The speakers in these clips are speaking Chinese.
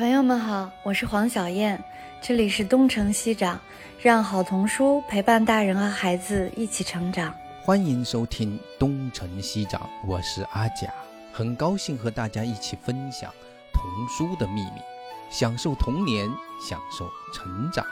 朋友们好，我是黄小燕，这里是东城西长，让好童书陪伴大人和孩子一起成长。 欢迎收听东城西长，我是阿甲，很高兴和大家一起分享童书的秘密，享受童年，享受成长。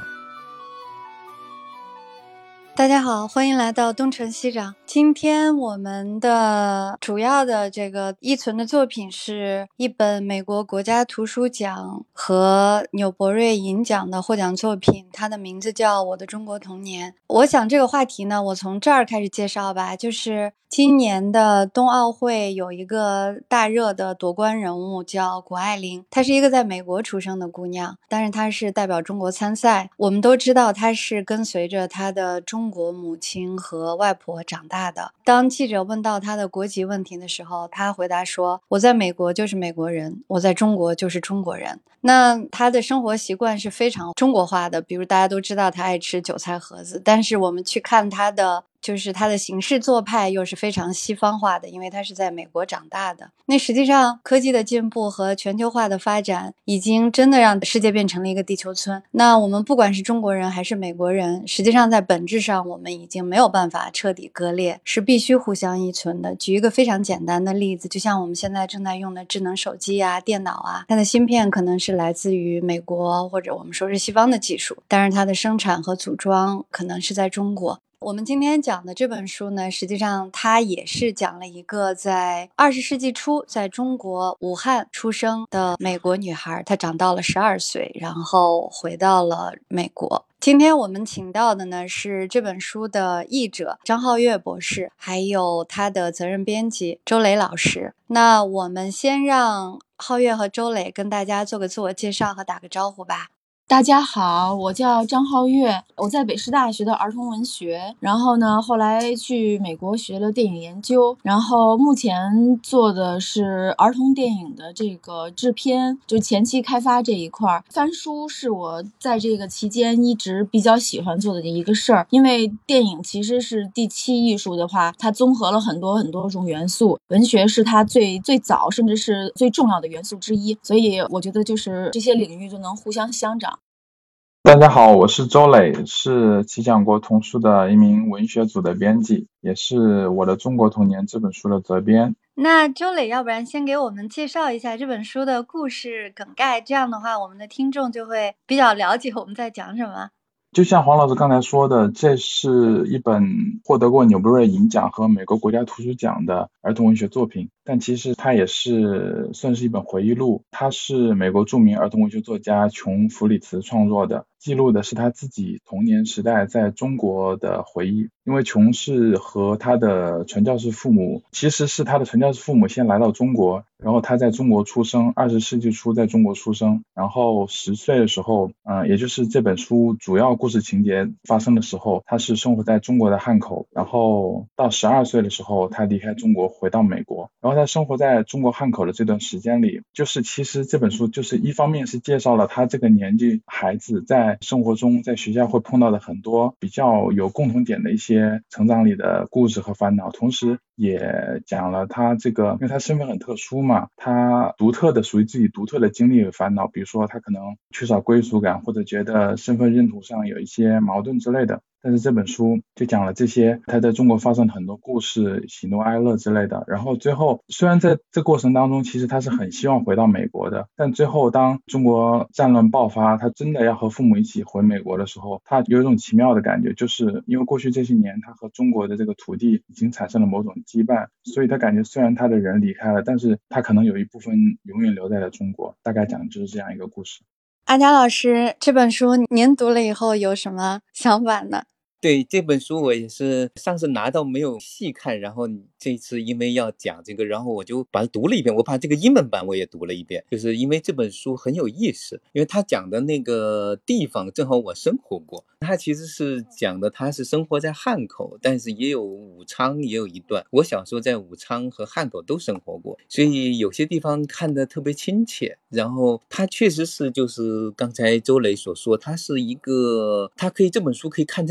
大家好，欢迎来到东城西长。今天我们的主要的这个依存的作品是一本美国国家图书奖和纽伯瑞银奖的获奖作品，它的名字叫《我的中国童年》。我想这个话题呢，我从这儿开始介绍吧，就是今年的冬奥会有一个大热的夺冠人物叫谷爱凌，她是一个在美国出生的姑娘，但是她是代表中国参赛。我们都知道她是跟随着她的中国母亲和外婆长大的。当记者问到她的国籍问题的时候，她回答说，我在美国就是美国人，我在中国就是中国人。那她的生活习惯是非常中国化的，比如大家都知道她爱吃韭菜盒子，但是我们去看她的行事做派又是非常西方化的，因为他是在美国长大的。那实际上科技的进步和全球化的发展已经真的让世界变成了一个地球村。那我们不管是中国人还是美国人，实际上在本质上我们已经没有办法彻底割裂，是必须互相依存的。举一个非常简单的例子，就像我们现在正在用的智能手机啊、电脑啊，它的芯片可能是来自于美国或者我们说是西方的技术，但是它的生产和组装可能是在中国。我们今天讲的这本书呢，实际上它也是讲了一个在20世纪初在中国武汉出生的美国女孩，她长到了12岁，然后回到了美国。今天我们请到的呢是这本书的译者张浩月博士，还有他的责任编辑周磊老师。那我们先让浩月和周磊跟大家做个自我介绍和打个招呼吧。 大家好，我叫张浩月，我在北师大学的儿童文学，然后呢，后来去美国学了电影研究，然后目前做的是儿童电影的这个制片，就前期开发这一块。翻书是我在这个期间一直比较喜欢做的一个事儿，因为电影其实是第七艺术的话，它综合了很多种元素，文学是它最早甚至是最重要的元素之一，所以我觉得就是这些领域就能互相相长。 大家好，我是周磊，是奇想国童书的一名文学组的编辑，也是我的中国童年这本书的责编。 那周磊，要不然先给我们介绍一下这本书的故事梗概，这样的话我们的听众就会比较了解我们在讲什么。 就像黄老师刚才说的，这是一本获得过纽伯瑞银奖和美国国家图书奖的儿童文学作品，但其实它也是算是一本回忆录。它是美国著名儿童文学作家琼·弗里茨创作的，记录的是他自己童年时代在中国的回忆。因为琼是和他的传教士父母，其实是他的传教士父母先来到中国，然后他在中国出生，20世纪初在中国出生，然后10岁的时候，也就是这本书主要故事情节发生的时候，他是生活在中国的汉口，然后到12岁的时候，他离开中国回到美国，然后他生活在中国汉口的这段时间里，就是其实这本书就是一方面是介绍了他这个年纪孩子在生活中在学校会碰到的很多比较有共同点的一些成长里的故事和烦恼，同时也讲了他这个，因为他身份很特殊嘛，他属于自己独特的经历和烦恼，比如说他可能缺少归属感，或者觉得身份认同上有一些矛盾之类的。但是这本书就讲了这些他在中国发生的很多故事，喜怒哀乐之类的。然后最后虽然在这过程当中其实他是很希望回到美国的，但最后当中国战乱爆发，他真的要和父母一起回美国的时候，他有一种奇妙的感觉，就是因为过去这些年他和中国的这个土地已经产生了某种羁绊，所以他感觉虽然他的人离开了，但是他可能有一部分永远留在了中国。大概讲的就是这样一个故事。 阿佳老师，这本书您读了以后有什么想法呢？ 对，这本书我也是上次拿到没有细看，然后这次因为要讲这个，然后我就把它读了一遍，我把这个英文版我也读了一遍，就是因为这本书很有意思，因为他讲的那个地方正好我生活过，他其实是讲的他是生活在汉口，但是也有武昌也有一段，我小时候在武昌和汉口都生活过，所以有些地方看得特别亲切。然后他确实是就是刚才周磊所说，他是一个，他可以这本书可以看成2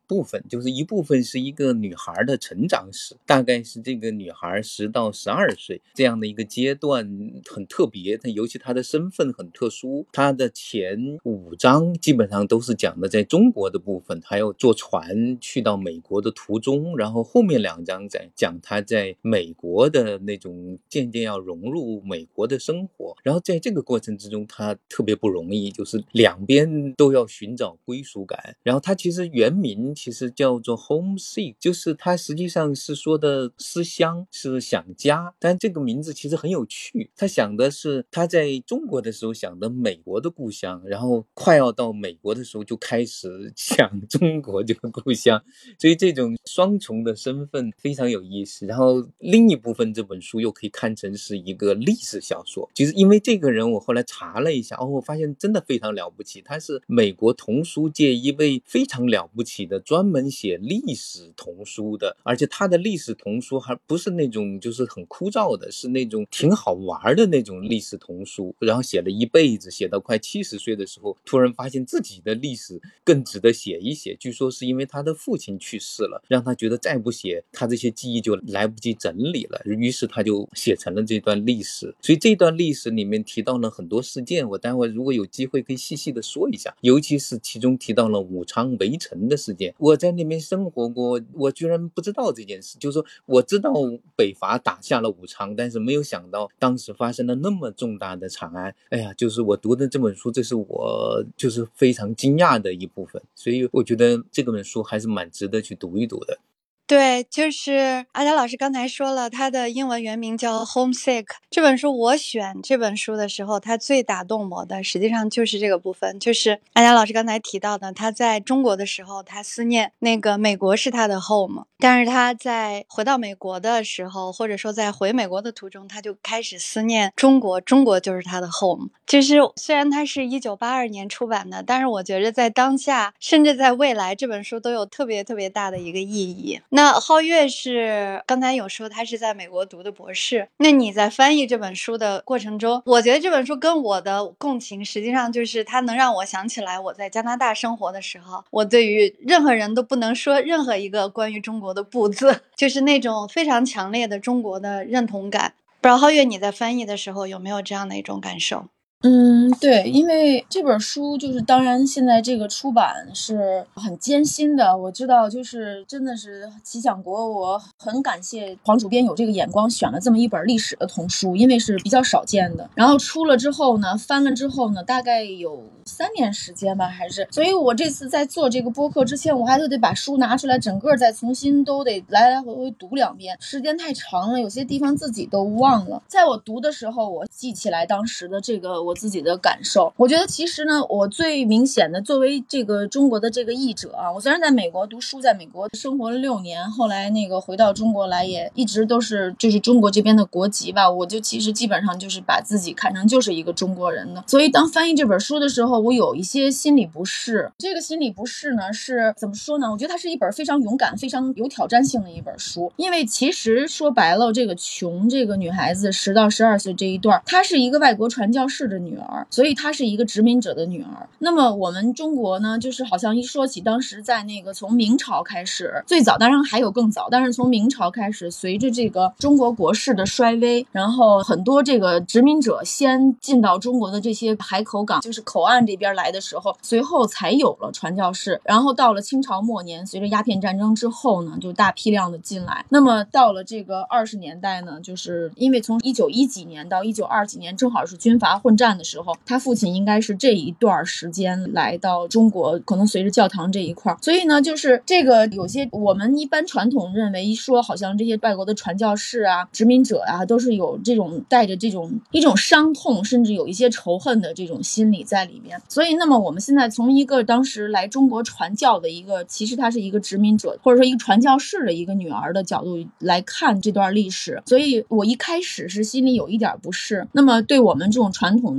部分，就是一部分是一个女孩的成长史，大概是这个女孩10到12岁这样的一个阶段很特别，尤其她的身份很特殊。她的前5章基本上都是讲的在中国的部分，还有坐船去到美国的途中，然后后面2章在讲她在美国的那种渐渐要融入美国的生活，然后在这个过程之中她特别不容易，就是两边都要寻找归属感。然后她其实原名其实叫做 homesick， 就是她实际上是说的思乡，是想家，但这个名字其实很有趣，她想的是她在中国的时候想的美国的故乡，然后快要到美国的时候就开始想中国这个故乡，所以这种双重的身份非常有意思。然后另一部分这本书又可以看成是一个历史小说，就是因为这个人我后来查了一下，我发现真的非常了不起，他是美国童书界一位非常了不起的专门写历史童书的，而且他的历史童书还不是那种就是很枯燥的，是那种挺好玩的那种历史童书，然后写了一辈子，写到快70岁的时候突然发现自己的历史更值得写一写，据说是因为他的父亲去世了，让他觉得再不写他这些记忆就来不及整理了，于是他就写成了这段历史。所以这段历史里面提到了很多事件，我待会如果有机会可以细细的说一下，尤其是其中提到了武昌围城的事件。我在那边生活过，我居然不知道这件事，就是说我知道北伐打下了武昌，但是没有想到当时发生了那么重大的惨案。哎呀，就是我读的这本书，这是我就是非常惊讶的一部分，所以我觉得这本书还是蛮值得去读一读的。 对，就是阿佳老师刚才说了，他的英文原名叫 Homesick。这本书我选这本书的时候，它最打动我的实际上就是这个部分，就是阿佳老师刚才提到的，他在中国的时候，他思念那个美国是他的 home， 但是他在回到美国的时候，或者说在回美国的途中，他就开始思念中国，中国就是他的 home。就是虽然它是1982年出版的，但是我觉得在当下，甚至在未来，这本书都有特别特别大的一个意义。那皓月是刚才有说他是在美国读的博士，那你在翻译这本书的过程中，我觉得这本书跟我的共情实际上就是它能让我想起来我在加拿大生活的时候，我对于任何人都不能说任何一个关于中国的不字，就是那种非常强烈的中国的认同感。不知道皓月你在翻译的时候有没有这样的一种感受？ 对，因为这本书就是当然现在这个出版是很艰辛的，我知道就是真的是奇想国，我很感谢黄主编有这个眼光选了这么一本历史的童书，因为是比较少见的。然后出了之后呢，翻了之后呢，大概有3年时间吧，还是，所以我这次在做这个播客之前，我还得把书拿出来，整个再重新都得来来回回读2遍，时间太长了，有些地方自己都忘了。在我读的时候，我记起来当时的这个我自己的感受。我觉得其实呢，我最明显的作为这个中国的这个译者啊，我虽然在美国读书，在美国生活了6年，后来那个回到中国来，也一直都是就是中国这边的国籍吧，我就其实基本上就是把自己看成就是一个中国人的。所以当翻译这本书的时候，我有一些心理不适。这个心理不适呢，是怎么说呢？我觉得它是一本非常勇敢、非常有挑战性的一本书。因为其实说白了，这个琼这个女孩子10到12岁这一段，她是一个外国传教士的女儿，所以她是一个殖民者的女儿。那么我们中国呢，就是好像一说起当时在那个从明朝开始，最早当然还有更早，但是从明朝开始，随着这个中国国势的衰微，然后很多这个殖民者先进到中国的这些海口港，就是口岸这边来的时候，随后才有了传教士。然后到了清朝末年，随着鸦片战争之后呢，就大批量的进来。那么到了这个20年代呢，就是因为从1910几年到1920几年，正好是军阀混战的时候，他父亲应该是这一段时间来到中国，可能随着教堂这一块。所以呢，就是这个有些我们一般传统认为说，好像这些外国的传教士啊、殖民者啊，都是有这种带着这种一种伤痛，甚至有一些仇恨的这种心理在里面。所以那么我们现在从一个当时来中国传教的一个，其实他是一个殖民者或者说一个传教士的一个女儿的角度来看这段历史，所以我一开始是心里有一点不适。那么对我们这种传统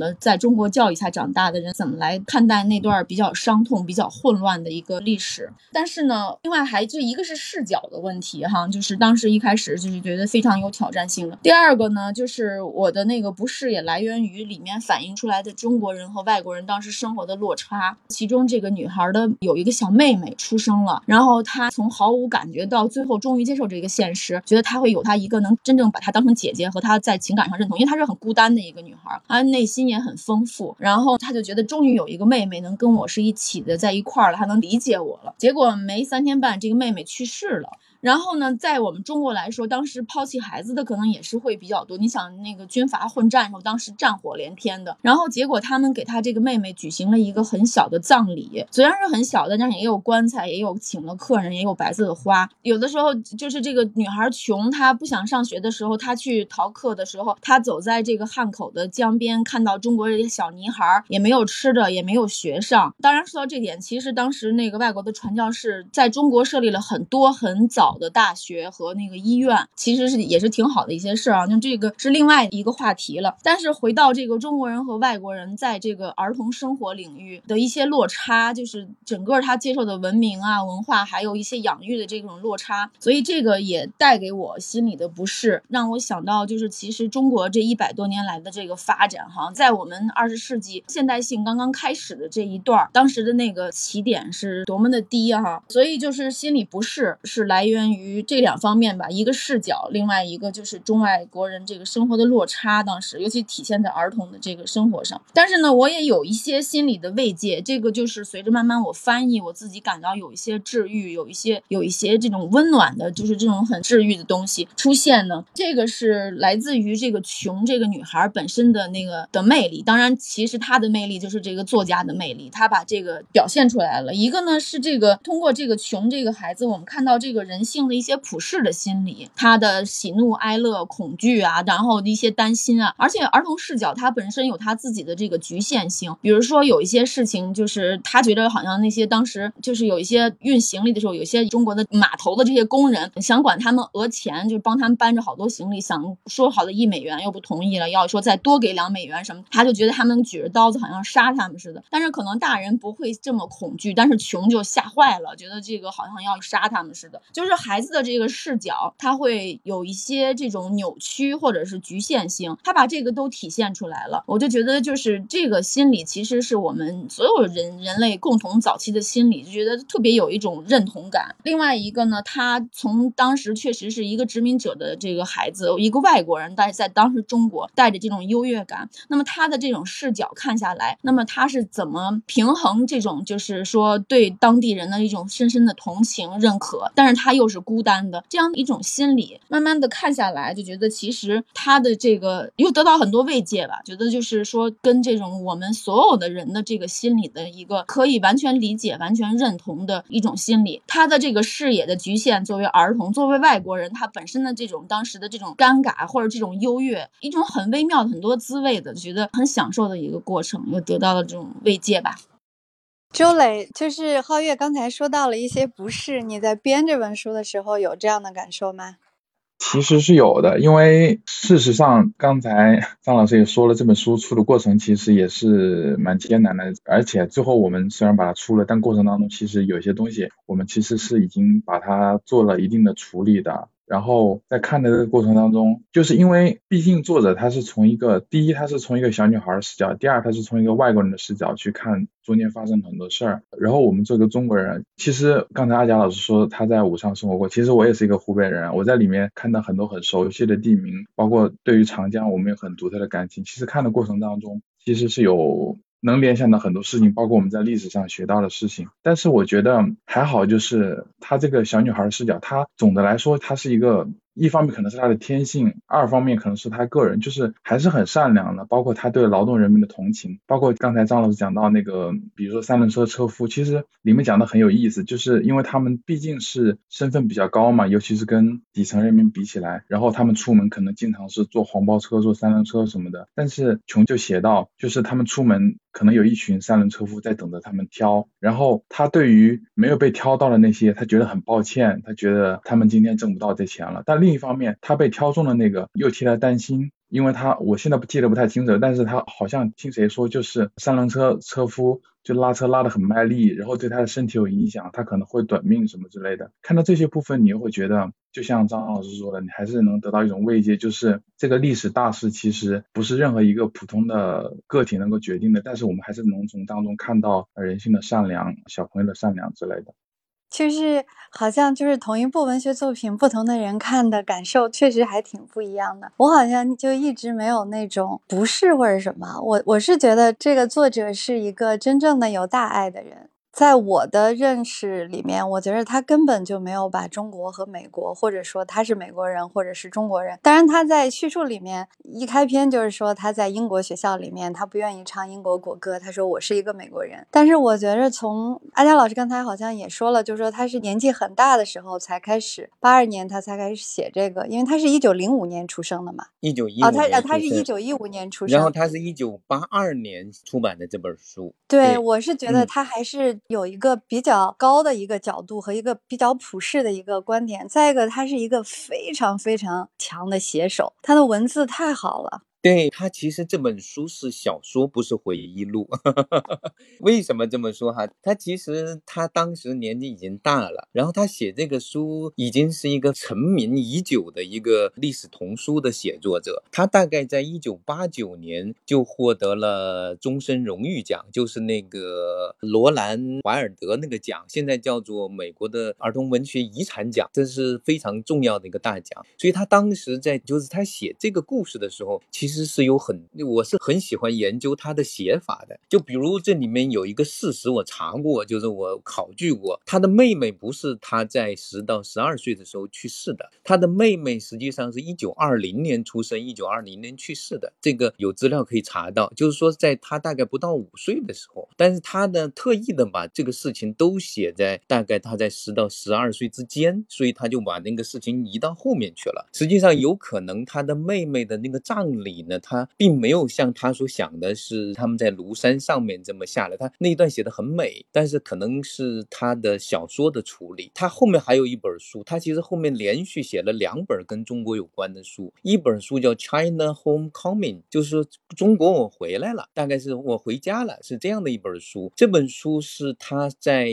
的在中国教育下长大的人怎么来看待那段比较伤痛、比较混乱的一个历史。但是呢，另外还就一个是视角的问题哈，就是当时一开始就是觉得非常有挑战性的。第二个呢，就是我的那个不适也来源于里面反映出来的中国人和外国人当时生活的落差。其中这个女孩的有一个小妹妹出生了，然后她从毫无感觉到最后终于接受这个现实，觉得她会有她一个能真正把她当成姐姐和她在情感上认同，因为她是很孤单的一个女孩，她内心也很丰富，然后她就觉得终于有一个妹妹能跟我是一起的在一块儿了，她能理解我了。结果没3天半这个妹妹去世了。然后呢，在我们中国来说，当时抛弃孩子的可能也是会比较多。你想那个军阀混战的时候，当时战火连天的，然后结果他们给他这个妹妹举行了一个很小的葬礼，虽然是很小的，但是也有棺材，也有请了客人，也有白色的花。有的时候就是这个女孩穷，她不想上学的时候，她去逃课的时候，她走在这个汉口的江边，看到中国这些小泥孩也没有吃的，也没有学上。当然说到这点，其实当时那个外国的传教士在中国设立了很多很早的大学和那个医院，其实也是挺好的一些事啊，就这个是另外一个话题了。但是回到这个中国人和外国人在这个儿童生活领域的一些落差，就是整个他接受的文明啊、文化，还有一些养育的这种落差，所以这个也带给我心里的不适，让我想到就是其实中国这100多年来的这个发展哈，在我们20世纪现代性刚刚开始的这一段，当时的那个起点是多么的低哈，所以就是心里不适是来源于这2方面吧，一个视角，另外一个就是中外国人这个生活的落差，当时尤其体现在儿童的这个生活上。但是呢，我也有一些心理的慰藉，这个就是随着慢慢我翻译，我自己感到有一些治愈，有一些这种温暖的，就是这种很治愈的东西出现呢。这个是来自于这个琼这个女孩本身的那个的魅力，当然其实她的魅力就是这个作家的魅力，她把这个表现出来了。一个呢是这个通过这个琼这个孩子，我们看到这个人性的一些普世的心理，他的喜怒哀乐、恐惧啊，然后一些担心啊，而且儿童视角它本身有他自己的这个局限性。比如说有一些事情，就是他觉得好像那些当时就是有一些运行李的时候，有一些中国的码头的这些工人想管他们讹钱，就帮他们搬着好多行李，想说好的1美元又不同意了，要说再多给2美元什么，他就觉得他们举着刀子好像杀他们似的。但是可能大人不会这么恐惧，但是琼就吓坏了，觉得这个好像要杀他们似的。就是孩子的这个视角，他会有一些这种扭曲或者是局限性，他把这个都体现出来了。我就觉得就是这个心理其实是我们所有人类共同早期的心理，就觉得特别有一种认同感。另外一个呢，他从当时确实是一个殖民者的这个孩子，一个外国人，但是在当时中国带着这种优越感，那么他的这种视角看下来，那么他是怎么平衡这种就是说对当地人的一种深深的同情认可，但是他又是孤单的这样一种心理，慢慢的看下来就觉得其实他的这个又得到很多慰藉吧，觉得就是说跟这种我们所有的人的这个心理的一个可以完全理解完全认同的一种心理。他的这个视野的局限，作为儿童作为外国人，他本身的这种当时的这种尴尬或者这种优越，一种很微妙的很多滋味的，觉得很享受的一个过程，又得到了这种慰藉吧。 周磊，就是皓月刚才说到了一些不适，你在编这本书的时候有这样的感受吗？ 其实是有的，因为事实上刚才张老师也说了，这本书出的过程其实也是蛮艰难的，而且最后我们虽然把它出了，但过程当中其实有些东西我们其实是已经把它做了一定的处理的。然后在看的这个过程当中，就是因为毕竟作者他是从一个第一他是从一个小女孩的视角，第二他是从一个外国人的视角去看中间发生很多事儿。然后我们这个中国人，其实刚才阿贾老师说他在武昌生活过，其实我也是一个湖北人，我在里面看到很多很熟悉的地名，包括对于长江我们有很独特的感情。其实看的过程当中其实是有能联想到很多事情，包括我们在历史上学到的事情。但是我觉得还好，就是她这个小女孩的视角，她总的来说她是一方面可能是她的天性，二方面可能是她个人就是还是很善良的，包括她对劳动人民的同情，包括刚才张老师讲到那个比如说三轮车车夫，其实里面讲的很有意思，就是因为他们毕竟是身份比较高嘛，尤其是跟底层人民比起来，然后他们出门可能经常是坐黄包车坐三轮车什么的，但是琼就写到就是他们出门可能有一群三轮车夫在等着他们挑，然后他对于没有被挑到的那些他觉得很抱歉，他觉得他们今天挣不到这钱了，但另一方面他被挑中的那个又替他担心， 因为我现在记得不太清楚，但是他好像听谁说，就是三轮车夫就拉车拉得很卖力，然后对他的身体有影响，他可能会短命什么之类的。看到这些部分，你又会觉得，就像张老师说的，你还是能得到一种慰藉，就是这个历史大事其实不是任何一个普通的个体能够决定的，但是我们还是能从当中看到人性的善良、小朋友的善良之类的。 就是好像就是同一部文学作品，不同的人看的感受确实还挺不一样的。我好像就一直没有那种不适或者什么，我是觉得这个作者是一个真正的有大爱的人。在我的认识里面，我觉得他根本就没有把中国和美国，或者说他是美国人或者是中国人。当然他在叙述里面一开篇就是说他在英国学校里面，他不愿意唱英国国歌，他说我是一个美国人。但是我觉得从阿佳老师刚才好像也说了，就是说他是年纪很大的时候才开始，82年他才开始写这个，因为他是1905年出生的嘛。 1915年他是出生 1915年出生， 然后他是1982年出版的这本书。 对，我是觉得他还是有一个比较高的一个角度和一个比较普世的一个观点。再一个，他是一个非常非常强的写手，他的文字太好了。 对，他其实这本书是小说，不是回忆录。为什么这么说哈？他其实他当时年纪已经大了，然后他写这个书已经是一个成名已久的一个历史童书的写作者。他大概在1989年就获得了终身荣誉奖，就是那个罗兰·怀尔德那个奖，现在叫做美国的儿童文学遗产奖，这是非常重要的一个大奖。所以他当时就是他写这个故事的时候，其实是我是很喜欢研究他的写法的。就比如这里面有一个事实我查过，就是我考据过，他的妹妹不是他在10到12岁的时候去世的，他的妹妹实际上是1920年出生，1920年去世的，这个有资料可以查到。就是说在他大概不到5岁的时候，但是他呢特意的把这个事情都写在大概他在10到12岁之间，所以他就把那个事情移到后面去了。实际上有可能他的妹妹的那个葬礼呢，他并没有像他所想的是他们在庐山上面这么下来，他那一段写得很美，但是可能是他的小说的处理。他后面还有一本书，他其实后面连续写了2本跟中国有关的书，一本书叫 China Homecoming， 就是中国我回来了，大概是我回家了，是这样的一本书。这本书是他在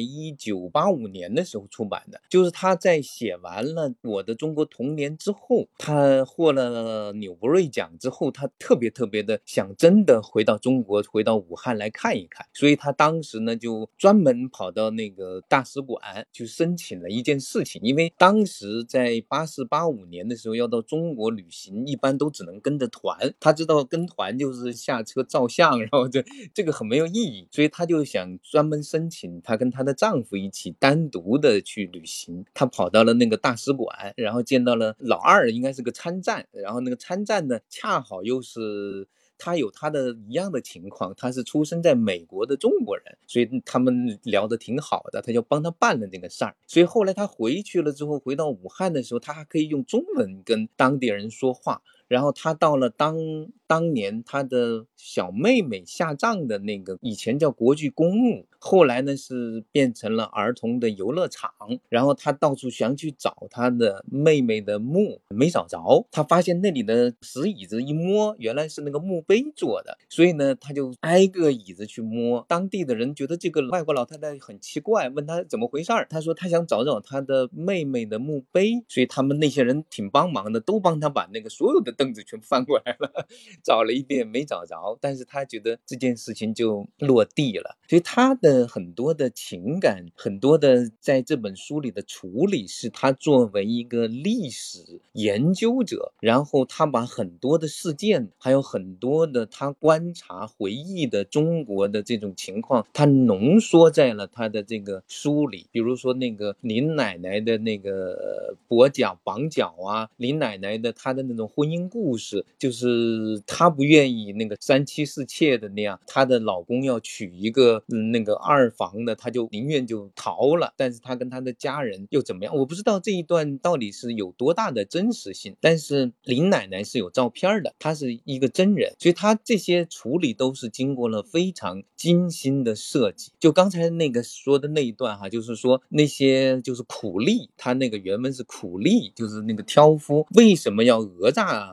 1985年的时候出版的，就是他在写完了我的中国童年之后，他获了纽伯瑞奖之后，他特别的想真的回到中国，回到武汉来看一看，所以他当时呢就专门跑到那个大使馆去申请了一件事情。因为当时在84、85年的时候要到中国旅行，一般都只能跟着团，他知道跟团就是下车照相，然后这个很没有意义，所以他就想专门申请他跟他的丈夫一起单独的去旅行。他跑到了那个大使馆，然后见到了老二，应该是个参战，然后那个参战呢恰好又是他有他的一样的情况，他是出生在美国的中国人，所以他们聊得挺好的，他就帮他办了这个事儿。所以后来他回去了之后，回到武汉的时候，他还可以用中文跟当地人说话。然后他到了当年他的小妹妹下葬的那个以前叫国剧公墓，后来呢是变成了儿童的游乐场，然后他到处想去找他的妹妹的墓，没找着。他发现那里的石椅子一摸，原来是那个墓碑做的，所以呢他就挨个椅子去摸。当地的人觉得这个外国老太太很奇怪，问他怎么回事儿，他说他想找找他的妹妹的墓碑，所以他们那些人挺帮忙的，都帮他把那个所有的凳子全翻过来了，找了一遍没找着，但是他觉得这件事情就落地了。所以他的很多的情感，很多的在这本书里的处理，是他作为一个历史研究者，然后他把很多的事件，还有很多的他观察回忆的中国的这种情况，他浓缩在了他的这个书里。比如说那个林奶奶的那个跛脚绑脚啊，林奶奶的她的那种婚姻故事，就是她不愿意那个3妻4妾的那样，她的老公要娶一个那个2房的，她就宁愿就逃了，但是她跟她的家人又怎么样，我不知道这一段到底是有多大的真实性。但是林奶奶是有照片的，她是一个真人，所以她这些处理都是经过了非常精心的设计。就刚才那个说的那一段哈，就是说那些就是苦力，他那个原文是苦力，就是那个挑夫为什么要讹诈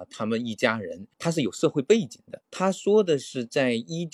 他们一家人，他是有社会背景的。他说的是在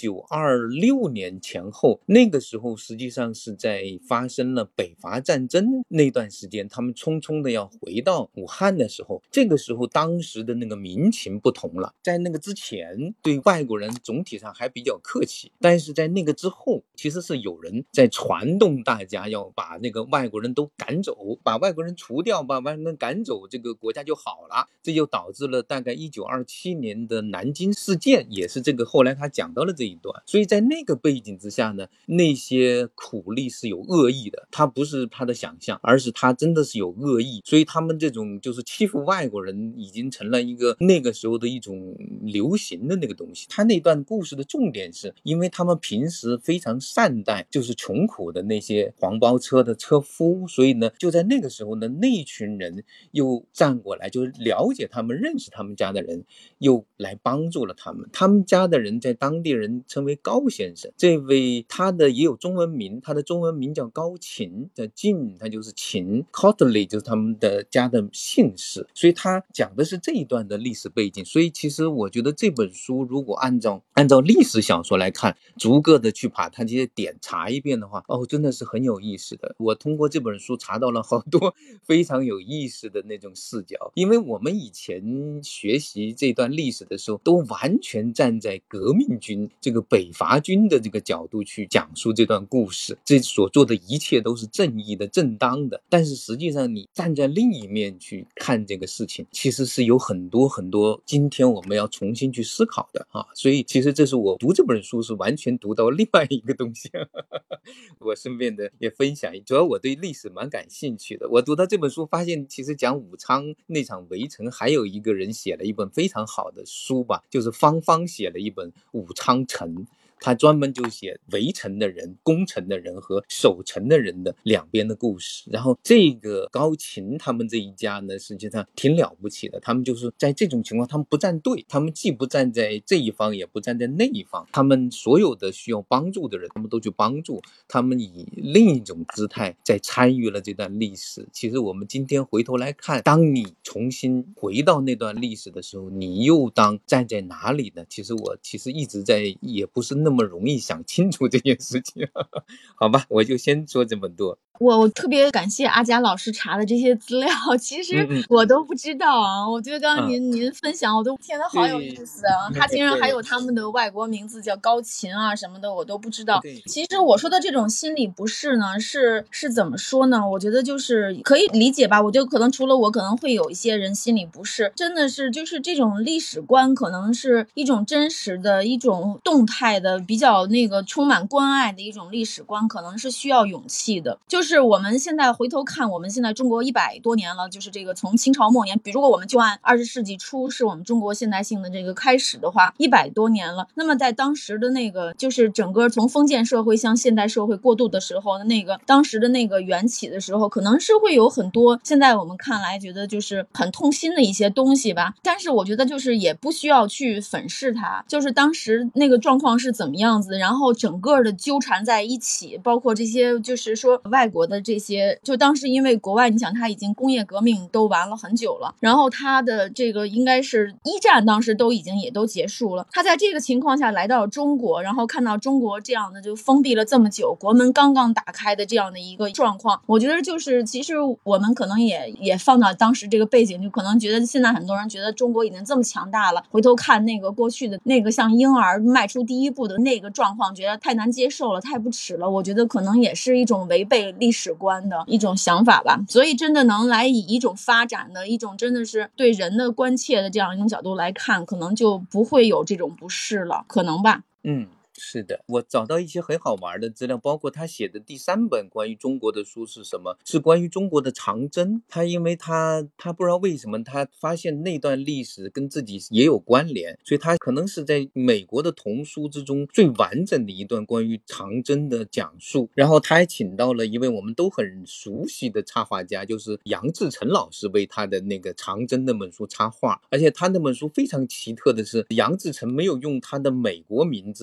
1926年前后，那个时候实际上是在发生了北伐战争那段时间，他们匆匆的要回到武汉的时候，这个时候当时的那个民情不同了。在那个之前对外国人总体上还比较客气，但是在那个之后，其实是有人在传动大家要把那个外国人都赶走，把外国人除掉，把外国人赶走，这个国家就好了。这就导致了大概1927年的南京事件，也是这个后来他讲到了这一段。所以在那个背景之下呢，那些苦力是有恶意的，他不是他的想象，而是他真的是有恶意。所以他们这种就是欺负外国人已经成了一个那个时候的一种流行的那个东西。他那段故事的重点是因为他们平时非常善待就是穷苦的那些黄包车的车夫，所以呢就在那个时候呢，那群人又站过来，就是了解他们，认识他们家的人，又来帮助了他们。他们家的人在当地人称为高先生，这位他的也有中文名，他的中文名叫高琴，叫晋，他就是琴 Cotley 就是他们的家的姓氏，所以他讲的是这一段的历史背景。所以其实我觉得这本书如果按照历史小说来看，逐个的去把它这些点查一遍的话，真的是很有意思的。我通过这本书查到了好多非常有意思的那种视角，因为我们以前学习这段历史的时候，都完全站在革命军这个北伐军的这个角度去讲述这段故事，这所做的一切都是正义的、正当的。但是实际上你站在另一面去看这个事情，其实是有很多很多今天我们要重新去思考的啊。所以其实这是我读这本书是完全读到另外一个东西我顺便的也分享，主要我对历史蛮感兴趣的。我读到这本书发现其实讲武昌那场围城还有一个人写了一本非常好的书吧，就是方方写了一本《武昌城》，他专门就写围城的人、攻城的人和守城的人的两边的故事。然后这个高琴他们这一家呢，实际上挺了不起的，他们就是在这种情况他们不站队，他们既不站在这一方也不站在那一方，他们所有的需要帮助的人他们都去帮助，他们以另一种姿态在参与了这段历史。其实我们今天回头来看，当你重新回到那段历史的时候，你又当站在哪里呢？其实我一直在也不是那么容易想清楚这件事情好吧，我就先说这么多。 我特别感谢阿佳老师查的这些资料，其实我都不知道啊。我觉得刚刚您分享，我都天哪，好有意思啊！他竟然还有他们的外国名字叫高琴啊什么的，我都不知道。其实我说的这种心理不适呢，是怎么说呢？我觉得就是可以理解吧。我觉得可能除了我，可能会有一些人心理不适，真的是就是这种历史观，可能是一种真实的、一种动态的、比较那个充满关爱的一种历史观，可能是需要勇气的。就是我们现在回头看，我们现在中国100多年了，就是这个从清朝末年，比如果我们就按20世纪初是我们中国现代性的这个开始的话，100多年了。那么在当时的那个就是整个从封建社会向现代社会过渡的时候的那个当时的那个缘起的时候，可能是会有很多现在我们看来觉得就是很痛心的一些东西吧。但是我觉得就是也不需要去粉饰它，就是当时那个状况是怎么样子，然后整个的纠缠在一起，包括这些就是说外国的这些，就当时因为国外你想他已经工业革命都完了很久了，然后他的这个应该是一战当时都已经也都结束了，他在这个情况下来到中国，然后看到中国这样的就封闭了这么久，国门刚刚打开的这样的一个状况，我觉得就是其实我们可能也放到当时这个背景，就可能觉得现在很多人觉得中国已经这么强大了，回头看那个过去的那个像婴儿迈出第一步的那个状况，觉得太难接受了，太不耻了，我觉得可能也是一种违背历史观的一种想法吧。所以真的能来以一种发展的一种真的是对人的关切的这样一种角度来看，可能就不会有这种不适了，可能吧。 是的，我找到一些很好玩的资料，包括他写的第3本关于中国的书是什么？是关于中国的长征。他因为他不知道为什么他发现那段历史跟自己也有关联，所以他可能是在美国的童书之中最完整的一段关于长征的讲述。然后他还请到了一位我们都很熟悉的插画家，就是杨志成老师为他的那个长征那本书插画。而且他那本书非常奇特的是，杨志成没有用他的美国名字就是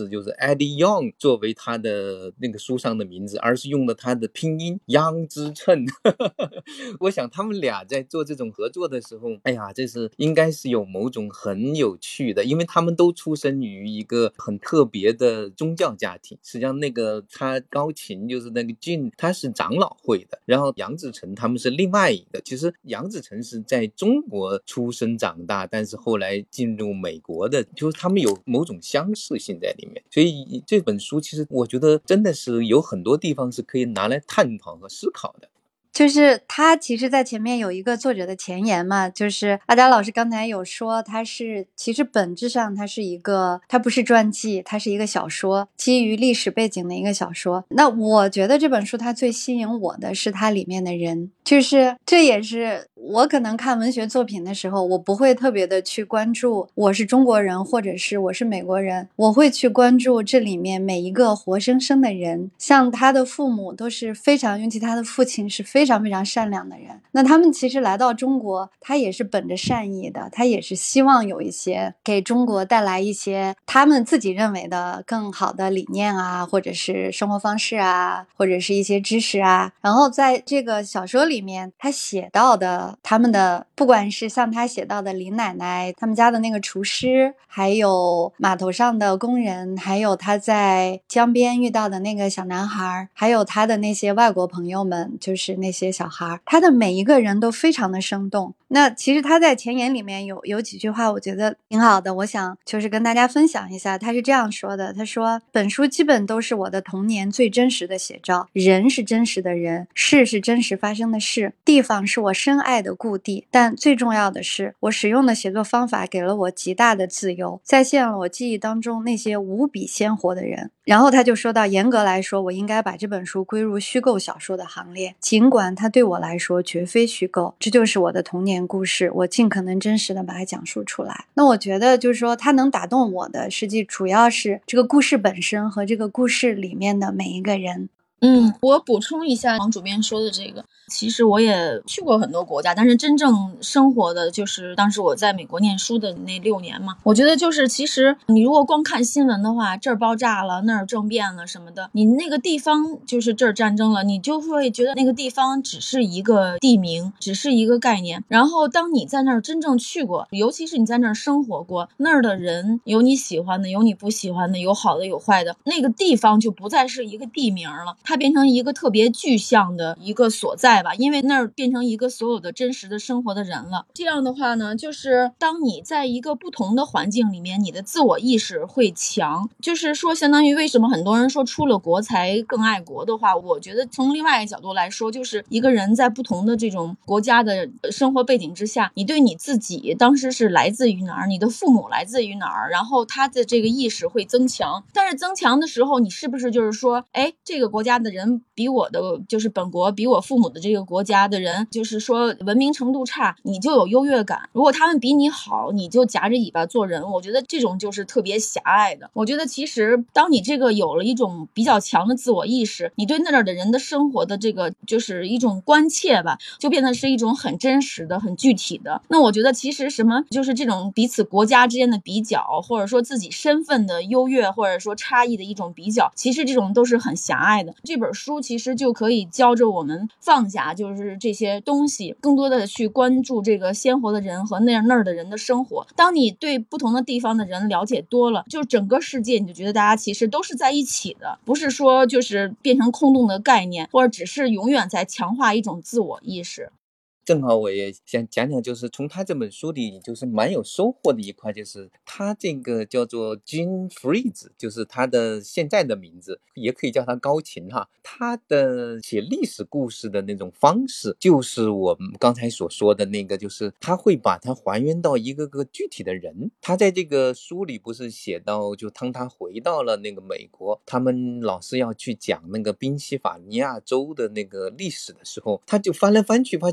Eddie Young 作为他的那个书上的名字，而是用了他的拼音央之称。我想他们俩在做这种合作的时候，哎呀，这是应该是有某种很有趣的，因为他们都出生于一个很特别的宗教家庭。实际上那个他高琴就是那个 Jin， 他是长老会的，然后杨紫成他们是另外一个。其实杨紫成是在中国出生长大，但是后来进入美国的，就是他们有某种相似性在里面。所以这本书其实我觉得真的是有很多地方是可以拿来探讨和思考的。 就是他其实在前面有一个作者的前言嘛，就是阿达老师刚才有说他是其实本质上它是一个，它不是传记，它是一个小说，基于历史背景的一个小说。那我觉得这本书它最吸引我的是它里面的人，就是这也是我可能看文学作品的时候，我不会特别的去关注我是中国人或者是我是美国人，我会去关注这里面每一个活生生的人。像他的父母都是非常，尤其他的父亲是非常非常善良的人，那他们其实来到中国，他也是本着善意的，他也是希望有一些给中国带来一些他们自己认为的更好的理念啊，或者是生活方式啊，或者是一些知识啊。然后在这个小说里面他写到的他们的，不管是像他写到的林奶奶他们家的那个厨师，还有码头上的工人，还有他在江边遇到的那个小男孩，还有他的那些外国朋友们，就是那些小孩，他的每一个人都非常的生动。那其实他在前言里面有几句话我觉得挺好的，我想就是跟大家分享一下。他是这样说的，他说本书基本都是我的童年最真实的写照，人是真实的人，事是真实发生的事，地方是我深爱的故地，但最重要的是我使用的写作方法给了我极大的自由，再现了我记忆当中那些无比鲜活的人。然后他就说到，严格来说我应该把这本书归入虚构小说的行列，尽管它对我来说绝非虚构，这就是我的童年故事，我尽可能真实的把它讲述出来。那我觉得就是说它能打动我的实际主要是这个故事本身和这个故事里面的每一个人。 我补充一下王主编说的这个，其实我也去过很多国家，但是真正生活的就是当时我在美国念书的那6年嘛。我觉得就是其实你如果光看新闻的话，这儿爆炸了，那儿政变了什么的，你那个地方就是这儿战争了，你就会觉得那个地方只是一个地名，只是一个概念。然后当你在那儿真正去过，尤其是你在那儿生活过，那儿的人有你喜欢的，有你不喜欢的，有好的有坏的，那个地方就不再是一个地名了，它变成一个特别具象的一个所在吧，因为那儿变成一个所有的真实的生活的人了。这样的话呢，就是当你在一个不同的环境里面，你的自我意识会强，就是说相当于为什么很多人说出了国才更爱国的话，我觉得从另外一个角度来说，就是一个人在不同的这种国家的生活背景之下，你对你自己当时是来自于哪儿，你的父母来自于哪儿，然后他的这个意识会增强。但是增强的时候，你是不是就是说，哎，这个国家的人比我的就是本国比我父母的这个国家的人就是说文明程度差，你就有优越感，如果他们比你好，你就夹着尾巴做人。我觉得这种就是特别狭隘的。我觉得其实当你这个有了一种比较强的自我意识，你对那儿的人的生活的这个就是一种关切吧，就变得是一种很真实的很具体的。那我觉得其实什么就是这种彼此国家之间的比较，或者说自己身份的优越或者说差异的一种比较，其实这种都是很狭隘的。这本书其实就可以教着我们放下就是这些东西，更多的去关注这个鲜活的人和那儿的人的生活。当你对不同的地方的人了解多了，就整个世界你就觉得大家其实都是在一起的，不是说就是变成空洞的概念，或者只是永远在强化一种自我意识。 正好我也想讲讲，就是从他这本书里就是蛮有收获的一块，就是他这个叫做 Jin Freeze， 就是他的现在的名字，也可以叫他高琴哈。他的写历史故事的那种方式，就是我们刚才所说的那个，就是他会把它还原到一个个具体的人。他在这个书里不是写到，就当他回到了那个美国，他们老师要去讲那个宾夕法尼亚州的那个历史的时候，他就翻来翻去发现，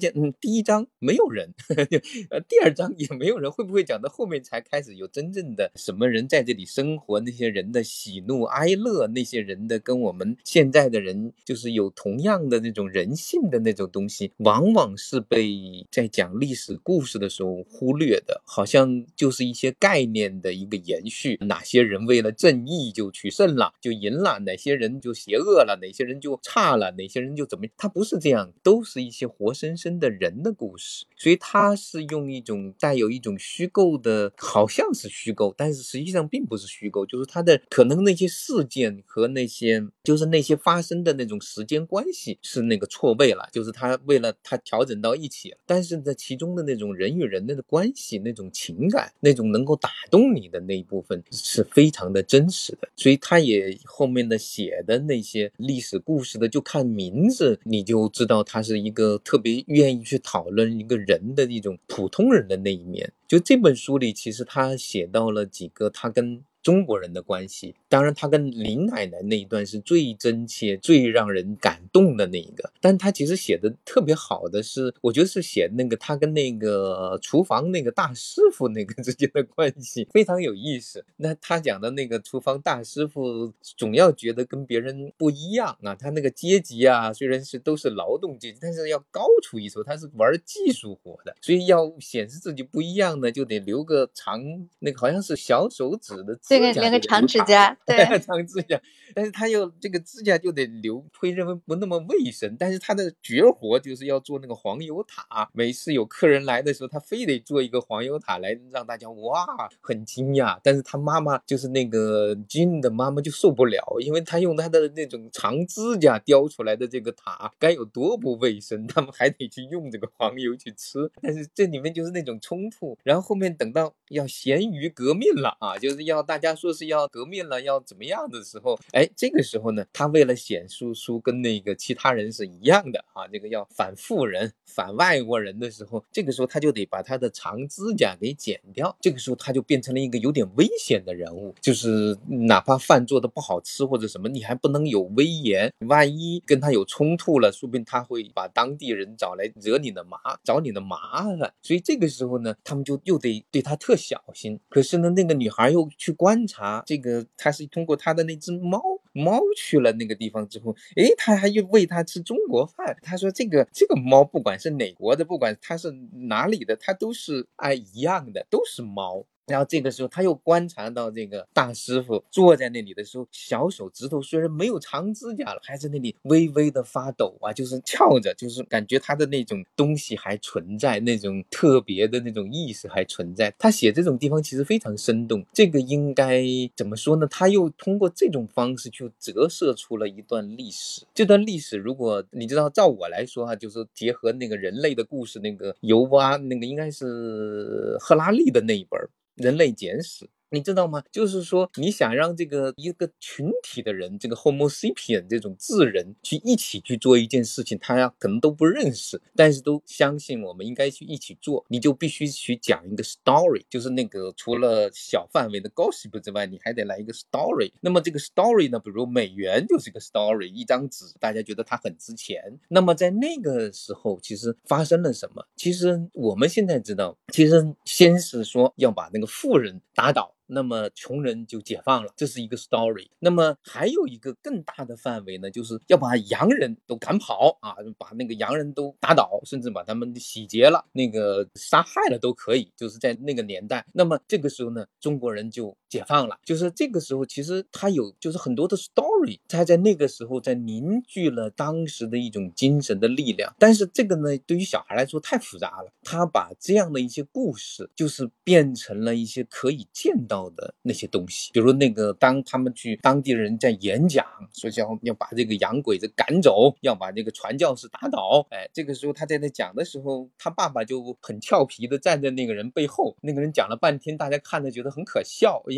第一章没有人第二章也没有人，会不会讲到后面才开始有真正的什么人在这里生活，那些人的喜怒哀乐，那些人的跟我们现在的人就是有同样的那种人性的那种东西，往往是被在讲历史故事的时候忽略的，好像就是一些概念的一个延续，哪些人为了正义就取胜了就赢了，哪些人就邪恶了，哪些人就差了，哪些人就怎么样，它不是这样，都是一些活生生的人的故事，所以它是用一种带有一种虚构的，好像是虚构，但是实际上并不是虚构，就是它的可能那些事件和那些就是那些发生的那种时间关系是那个错位了，就是它为了它调整到一起了，但是在其中的那种人与人的关系，那种情感，那种能够打动你的那一部分是非常的真实的，所以他也后面的写的那些历史故事的，就看名字你就知道他是一个特别愿意去讨论一个人的一种普通人的那一面。就这本书里其实他写到了几个他跟中国人的关系，当然他跟林奶奶那一段是最真切最让人感动的那一个，但他其实写的特别好的是，我觉得是写那个他跟那个厨房那个大师傅那个之间的关系非常有意思。那他讲的那个厨房大师傅总要觉得跟别人不一样啊，他那个阶级啊虽然是都是劳动阶级，但是要高出一筹，他是玩技术活的，所以要显示自己不一样呢，就得留个长那个好像是小手指的指甲， 留个长指甲，对长指甲，但是他又这个指甲就得留，会认为不那么卫生，但是他的绝活就是要做那个黄油塔，每次有客人来的时候他非得做一个黄油塔来让大家哇很惊讶，但是他妈妈就是那个金的妈妈就受不了，因为他用他的那种长指甲雕出来的这个塔该有多不卫生，他们还得去用这个黄油去吃，但是这里面就是那种冲突，然后后面等到要咸鱼革命了啊，就是要大家说是要革命了要怎么样的时候，哎，这个时候呢他为了显示出跟那个其他人是一样的啊，这个要反富人反外国人的时候，这个时候他就得把他的长指甲给剪掉，这个时候他就变成了一个有点危险的人物，就是哪怕饭做的不好吃或者什么，你还不能有威严，万一跟他有冲突了，说不定他会把当地人找来找你的麻烦，所以这个时候呢他们就又得对他特小心。可是呢那个女孩又去观察这个，他是通过他的那只猫去了那个地方之后，诶，他还又喂他吃中国饭，他说这个猫不管是哪国的，不管它是哪里的，它都是一样的，都是猫。然后这个时候他又观察到这个大师傅坐在那里的时候，小手指头虽然没有长指甲了，还在那里微微的发抖啊，就是翘着，就是感觉他的那种东西还存在，那种特别的那种意识还存在。他写这种地方其实非常生动，这个应该怎么说呢，他又通过这种方式去折射出了一段历史。这段历史如果你知道，照我来说啊，就是结合那个人类的故事，那个尤瓦那个应该是赫拉利的那一本人类简史，你知道吗？就是说你想让这个一个群体的人，这个 Homo sapien 这种智人去一起去做一件事情，他可能都不认识，但是都相信我们应该去一起做，你就必须去讲一个 story， 就是那个除了小范围的 gossip 之外，你还得来一个 story。 那么这个 story 呢，比如美元就是一个 story， 一张纸大家觉得它很值钱，那么在那个时候其实发生了什么？其实我们现在知道，其实先是说要把那个富人打倒，那么穷人就解放了，这是一个 story。 那么还有一个更大的范围呢，就是要把洋人都赶跑啊，把那个洋人都打倒，甚至把他们洗劫了，那个杀害了都可以，就是在那个年代。那么这个时候呢，中国人就解放了，就是这个时候其实他有就是很多的 story， 他在那个时候在凝聚了当时的一种精神的力量。但是这个呢对于小孩来说太复杂了，他把这样的一些故事就是变成了一些可以见到的那些东西，比如那个当他们去当地人在演讲，说要把这个洋鬼子赶走，要把这个传教士打倒，这个时候他在那讲的时候，他爸爸就很俏皮的站在那个人背后，那个人讲了半天，大家看着觉得很可笑，因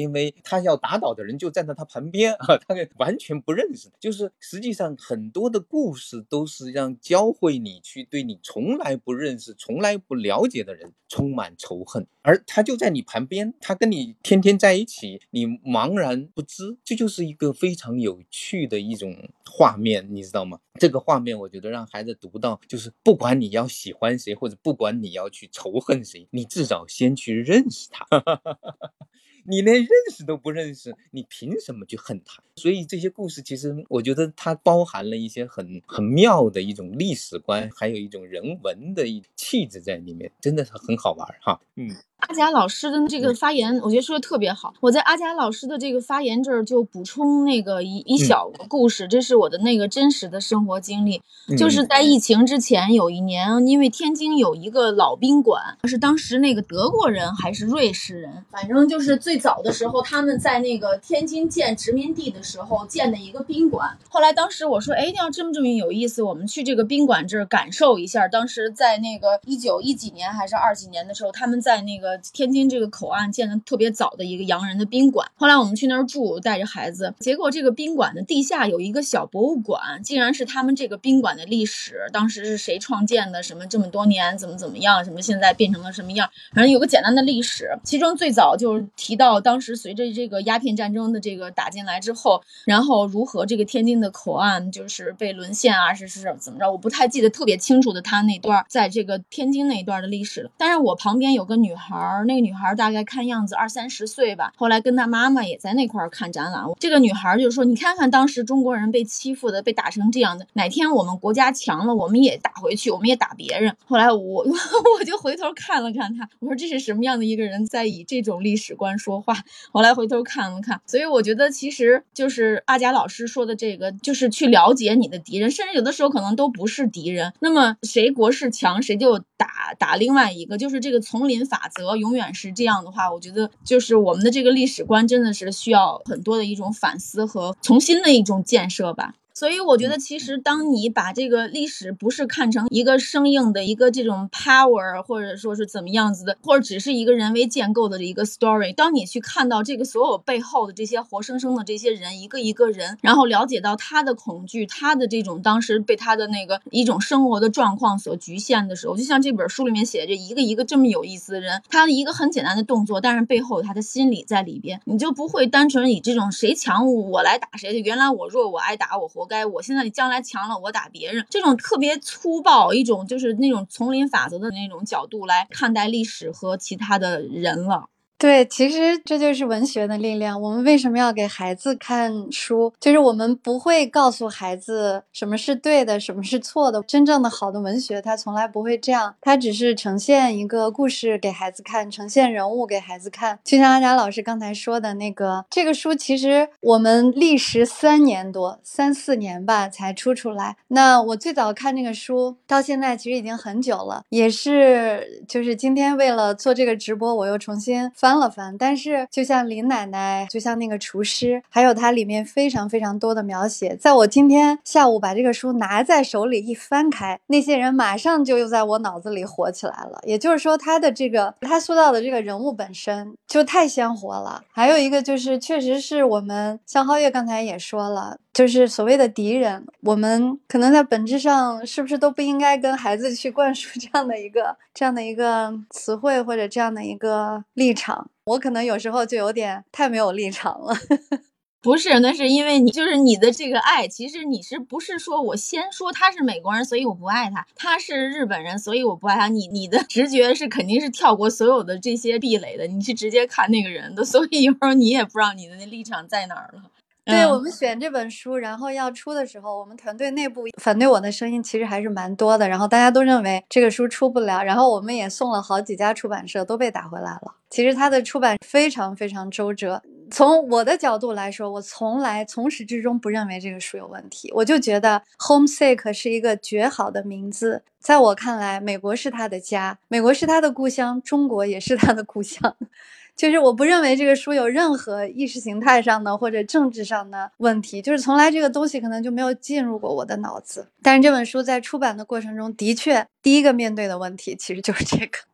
因为他要打倒的人就站在他旁边啊，他完全不认识。就是实际上很多的故事都是让教会你去对你从来不认识、从来不了解的人充满仇恨，而他就在你旁边，他跟你天天在一起，你茫然不知，这就是一个非常有趣的一种画面，你知道吗？这个画面我觉得让孩子读到，就是不管你要喜欢谁，或者不管你要去仇恨谁，你至少先去认识他。你连认识都不认识，你凭什么去恨他？所以这些故事其实我觉得它包含了一些很妙的一种历史观，还有一种人文的气质在里面，真的是很好玩哈。 阿佳老师的这个发言，我觉得说的特别好。我在阿佳老师的这个发言这儿就补充那个一小个故事，这是我的那个真实的生活经历。就是在疫情之前有一年，因为天津有一个老宾馆，是当时那个德国人还是瑞士人，反正就是最早的时候他们在那个天津建殖民地的时候建的一个宾馆。后来当时我说，哎，要这么有意思，我们去这个宾馆这儿感受一下。当时在那个19几年还是20几年的时候，他们在那个天津这个口岸建的特别早的一个洋人的宾馆。后来我们去那儿住，带着孩子，结果这个宾馆的地下有一个小博物馆，竟然是他们这个宾馆的历史，当时是谁创建的，什么这么多年怎么样，什么现在变成了什么样，反正有个简单的历史。其中最早就提到当时随着这个鸦片战争的这个打进来之后，然后如何这个天津的口岸就是被沦陷啊，是怎么着，我不太记得特别清楚的他那段在这个天津那一段的历史了。但是我旁边有个女孩，那个女孩大概看样子20-30岁吧，后来跟她妈妈也在那块看展览。这个女孩就说，你看看当时中国人被欺负的，被打成这样的，哪天我们国家强了，我们也打回去，我们也打别人。后来我就回头看了看她，我说这是什么样的一个人在以这种历史观说话。后来回头看了看，所以我觉得其实就是阿佳老师说的这个，就是去了解你的敌人，甚至有的时候可能都不是敌人。那么谁国势强，谁就打另外一个，就是这个丛林法则永远是这样的话，我觉得就是我们的这个历史观真的是需要很多的一种反思和重新的一种建设吧。所以我觉得其实当你把这个历史不是看成一个生硬的一个这种 power 或者说是怎么样子的，或者只是一个人为建构的一个 story， 当你去看到这个所有背后的这些活生生的这些人，一个一个人，然后了解到他的恐惧，他的这种当时被他的那个一种生活的状况所局限的时候，就像这本书里面写的这一个一个这么有意思的人，他的一个很简单的动作，但是背后他的心理在里边，你就不会单纯以这种谁强我来打谁，原来我弱我挨打我活该，我现在将来强了我打别人，这种特别粗暴一种就是那种丛林法则的那种角度来看待历史和其他的人了。 对，其实这就是文学的力量。我们为什么要给孩子看书？就是我们不会告诉孩子什么是对的，什么是错的。真正的好的文学，它从来不会这样，它只是呈现一个故事给孩子看，呈现人物给孩子看。就像阿佳老师刚才说的那个，这个书其实我们历时3年多，3、4年吧才出来。那我最早看这个书到现在其实已经很久了，也是就是今天为了做这个直播，我又重新翻了翻，但是就像林奶奶，就像那个厨师，还有它里面非常非常多的描写，在我今天下午把这个书拿在手里一翻开，那些人马上就又在我脑子里活起来了。也就是说他塑造的这个人物本身就太鲜活了。还有一个就是确实是我们像皓月刚才也说了，就是所谓的敌人，我们可能在本质上是不是都不应该跟孩子去灌输这样的一个词汇或者这样的一个立场。我可能有时候就有点太没有立场了。 不是，那是因为你就是你的这个爱，其实你是不是说我先说他是美国人所以我不爱他，他是日本人所以我不爱他，你的直觉是肯定是跳过所有的这些壁垒的，你是直接看那个人的，所以有时候你也不知道你的那立场在哪儿了。 对，我们选这本书然后要出的时候，我们团队内部反对我的声音其实还是蛮多的，然后大家都认为这个书出不了，然后我们也送了好几家出版社都被打回来了。其实它的出版非常非常周折，从我的角度来说，我从始至终不认为这个书有问题，我就觉得 Homesick 是一个绝好的名字。在我看来，美国是他的家，美国是他的故乡，中国也是他的故乡。就是我不认为这个书有任何意识形态上的或者政治上的问题，就是从来这个东西可能就没有进入过我的脑子。但是这本书在出版的过程中，的确第一个面对的问题其实就是这个。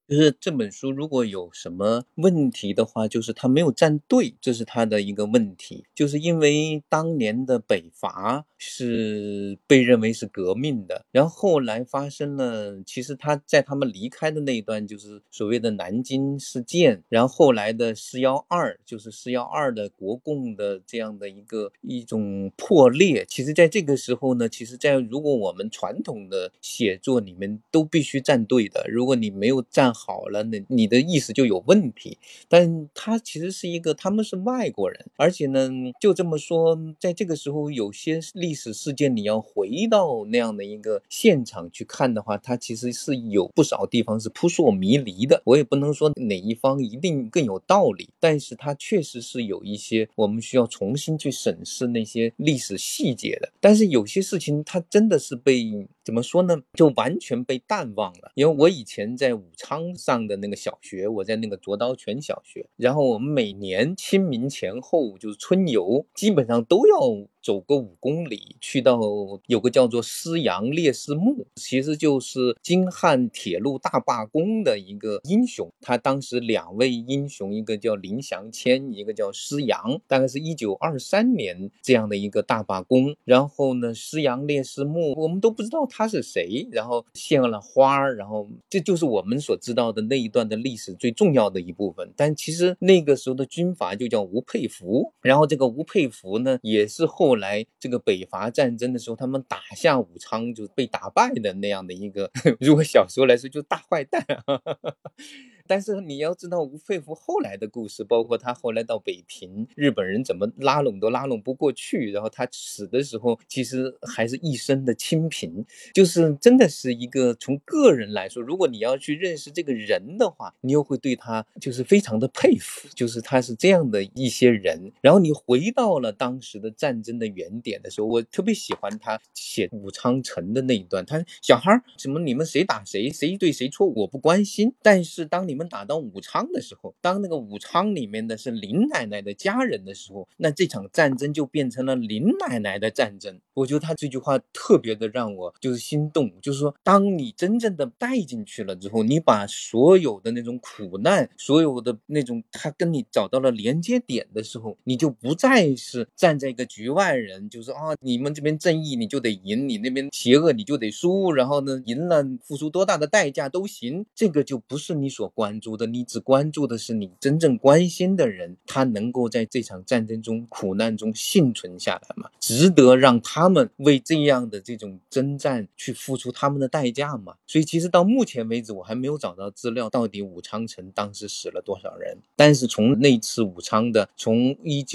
就是这本书如果有什么问题的话，就是他没有站对，这是他的一个问题。就是因为当年的北伐是被认为是革命的，然后后来发生了，其实他在他们离开的那一段就是所谓的南京事件，然后后来的412就是412的国共的这样的一种破裂。其实在这个时候呢，其实在如果我们传统的写作里面都必须站对的，如果你没有站好了，那你的意思就有问题。但他其实是他们是外国人，而且呢，就这么说，在这个时候有些历史事件你要回到那样的一个现场去看的话，它其实是有不少地方是扑朔迷离的。我也不能说哪一方一定更有道理，但是它确实是有一些我们需要重新去审视那些历史细节的。但是有些事情它真的是被怎么说呢，就完全被淡忘了。因为我以前在武昌上的那个小学，我在那个卓刀泉小学，然后我们每年清明前后就是春游，基本上都要走个5公里，去到有个叫做施阳烈士墓，其实就是京汉铁路大罢工的一个英雄。他当时2位英雄，一个叫林祥谦，一个叫施阳，大概是1923年这样的一个大罢工。然后呢，施阳烈士墓我们都不知道他是谁，然后献了花，然后这就是我们所知道的那一段的历史最重要的一部分。但其实那个时候的军阀就叫吴佩孚，然后这个吴佩孚呢，也是后来这个北伐战争的时候他们打下武昌就被打败的那样的一个如果小时候来说就大坏蛋但是你要知道吴佩孚后来的故事，包括他后来到北平，日本人怎么拉拢都拉拢不过去，然后他死的时候其实还是一身的清贫，就是真的是一个从个人来说，如果你要去认识这个人的话，你又会对他就是非常的佩服，就是他是这样的一些人。然后你回到了当时的战争的原点的时候，我特别喜欢他写武昌城的那一段，他小孩什么你们谁打谁，谁对谁错我不关心，但是当你们打到武昌的时候，当那个武昌里面的是林奶奶的家人的时候，那这场战争就变成了林奶奶的战争。我觉得他这句话特别的让我就是心动，就是说当你真正的带进去了之后，你把所有的那种苦难，所有的那种他跟你找到了连接点的时候，你就不再是站在一个局外人，就是你们这边正义你就得赢，你那边邪恶你就得输，然后呢赢了付出多大的代价都行，这个就不是你所关注的，你只关注的是你真正关心的人，他能够在这场战争中苦难中幸存下来吗？值得让他们为这样的这种征战去付出他们的代价吗？所以其实到目前为止我还没有找到资料到底武昌城当时死了多少人，但是从那次武昌的从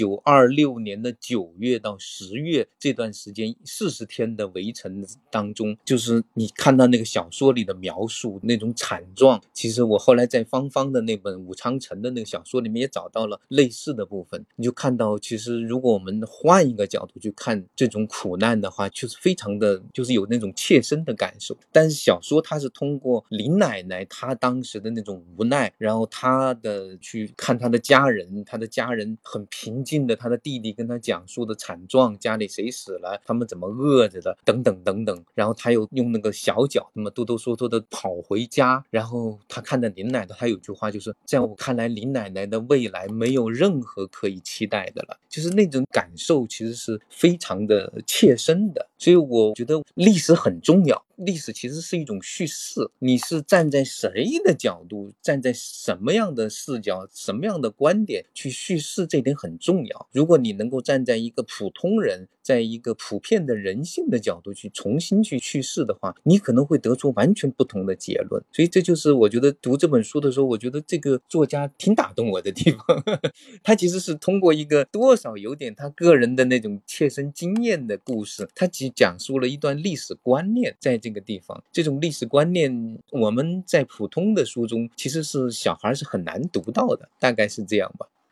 1926年的9月到10月这段时间40天的围城当中，就是你看到那个小说里的描述那种惨状，其实我后来在芳芳的那本武昌城的那个小说里面也找到了类似的部分，你就看到其实如果我们换一个角度去看这种苦难的话，就是非常的就是有那种切身的感受。但是小说它是通过林奶奶她当时的那种无奈，然后她的去看她的家人，她的家人很平静的，她的弟弟跟她讲述的惨状，家里谁死了，他们怎么饿着的等等等等，然后她又用那个小脚那么哆哆嗦嗦的跑回家，然后她看到林奶奶，她有句话就是在我看来林奶奶的未来没有任何可以期待的了，就是那种感受其实是非常的切身的。所以我觉得历史很重要，历史其实是一种叙事，你是站在谁的角度，站在什么样的视角，什么样的观点去叙事，这点很重要。如果你能够站在一个普通人，在一个普遍的人性的角度去重新去叙事的话，你可能会得出完全不同的结论。所以这就是我觉得读这本书的时候，我觉得这个作家挺打动我的地方他其实是通过一个多少有点他个人的那种切身经验的故事，他只讲述了一段历史观念。在这个地方，这种历史观念我们在普通的书中其实是小孩是很难读到的，大概是这样吧。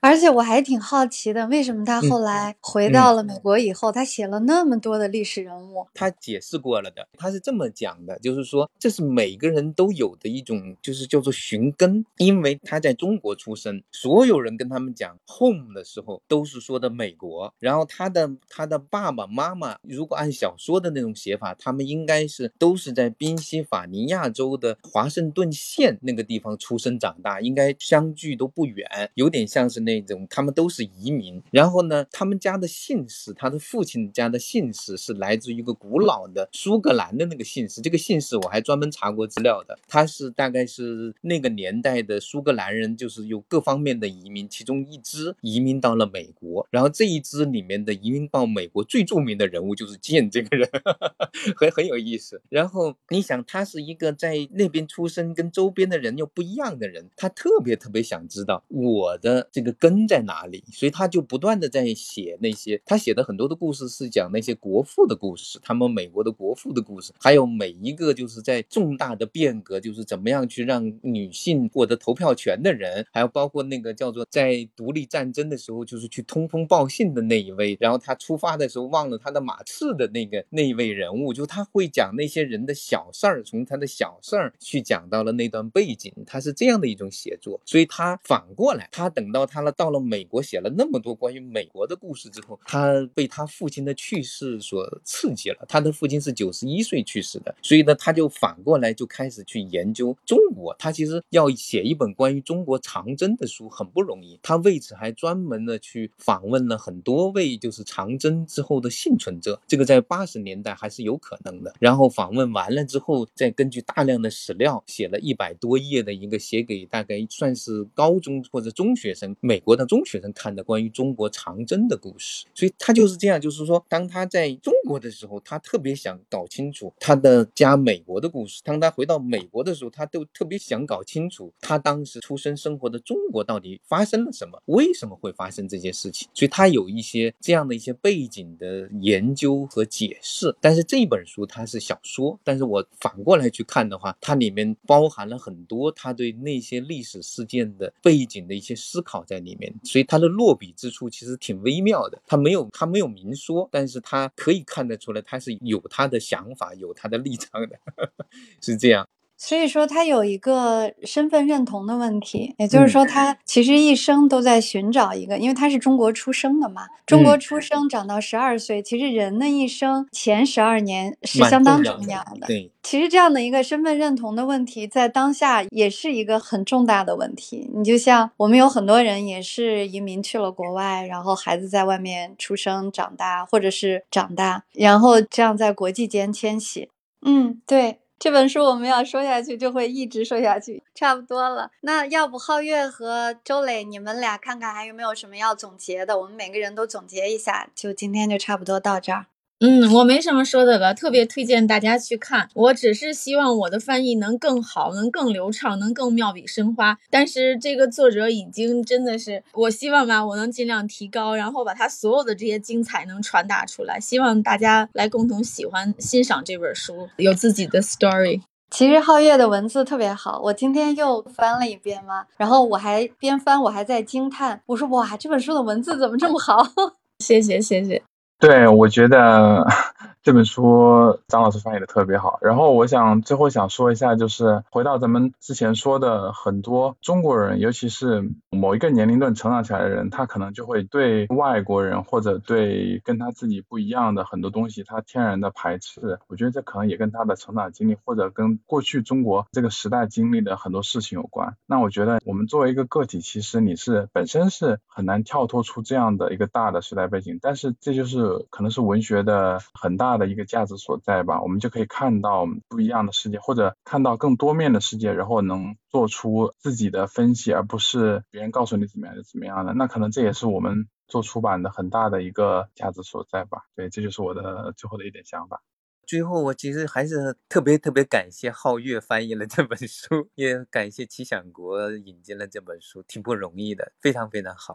而且我还挺好奇的，为什么他后来回到了美国以后，他写了那么多的历史人物？ 他解释过了的，他是这么讲的，就是说这是每个人都有的一种，就是叫做寻根。因为他在中国出生，所有人跟他们讲 home 的时候都是说的美国，然后他的爸爸妈妈如果按小说的那种写法，他们应该是都是在宾夕法尼亚州的华盛顿县那个地方出生长大，应该相距都不远，有点像是那种他们都是移民。然后呢，他们家的姓氏，他的父亲家的姓氏是来自于一个古老的苏格兰的那个姓氏，这个姓氏我还专门查过资料的，他是大概是那个年代的苏格兰人，就是有各方面的移民，其中一支移民到了美国，然后这一支里面的移民到美国最著名的人物就是剑这个人很有意思。然后你想，他是一个在那边出生跟周边的人又不一样的人，他特别想知道我的这个根在哪里，所以他就不断的在写那些，他写的很多的故事是讲那些国父的故事，他们美国的国父的故事，还有每一个就是在重大的变革，就是怎么样去让女性获得投票权的人，还有包括那个叫做在独立战争的时候就是去通风报信的那一位，然后他出发的时候忘了他的马刺的那一位人物，就他会讲那些人的小事儿，从他的小事儿去讲到了那段背景，他是这样的一种写作。所以他反过来，他等到他到了美国写了那么多关于美国的故事之后，他被他父亲的去世所刺激了，他的父亲是91岁去世的，所以呢他就反过来就开始去研究中国。他其实要写一本关于中国长征的书很不容易，他为此还专门的去访问了很多位就是长征之后的幸存者，这个在80年代还是有可能的。然后访问完了之后，再根据大量的史料写了100多页的一个写给大概算是高中或者中学生，美国的中学生看的关于中国长征的故事。所以他就是这样，就是说当他在中国的时候，他特别想搞清楚他的家美国的故事，当他回到美国的时候，他都特别想搞清楚他当时出生生活的中国到底发生了什么，为什么会发生这些事情。所以他有一些这样的一些背景的研究和解释。但是这一本书它是小说，但是我反过来去看的话，它里面包含了很多他对那些历史事件的背景的一些思考在里面，所以他的落笔之处其实挺微妙的，他没有明说，但是他可以看得出来他是有他的想法有他的立场的是这样。 所以说他有一个身份认同的问题，也就是说他其实一生都在寻找一个，因为他是中国出生的嘛，中国出生长到12岁，其实人的一生前12年是相当重要的。 对， 其实这样的一个身份认同的问题在当下也是一个很重大的问题。你就像我们有很多人也是移民去了国外，然后孩子在外面出生长大，或者是长大，然后这样在国际间迁徙。对，这本书我们要说下去就会一直说下去，差不多了。那要不皓月和周磊你们俩看看还有没有什么要总结的，我们每个人都总结一下，就今天就差不多到这儿。 我没什么说的了，特别推荐大家去看。我只是希望我的翻译能更好，能更流畅，能更妙笔生花。但是这个作者已经真的是，我希望吧，我能尽量提高，然后把他所有的这些精彩能传达出来。希望大家来共同喜欢、欣赏这本书，有自己的 story。 其实皓月的文字特别好，我今天又翻了一遍嘛，然后我还边翻我还在惊叹，我说哇，这本书的文字怎么这么好？ 谢谢。 对，我觉得这本书张老师翻译的特别好。然后我最后想说一下，就是回到咱们之前说的，很多中国人，尤其是某一个年龄段成长起来的人，他可能就会对外国人或者对跟他自己不一样的很多东西，他天然的排斥。我觉得这可能也跟他的成长经历或者跟过去中国这个时代经历的很多事情有关。那我觉得我们作为一个个体，其实你是本身是很难跳脱出这样的一个大的时代背景，但是这就是可能是文学的很大的一个价值所在吧。我们就可以看到不一样的世界，或者看到更多面的世界，然后能做出自己的分析，而不是别人告诉你怎么样就怎么样的。那可能这也是我们做出版的很大的一个价值所在吧。对，这就是我的最后的一点想法。 最后我其实还是特别感谢皓月翻译了这本书，也感谢奇想国引进了这本书，挺不容易的，非常好。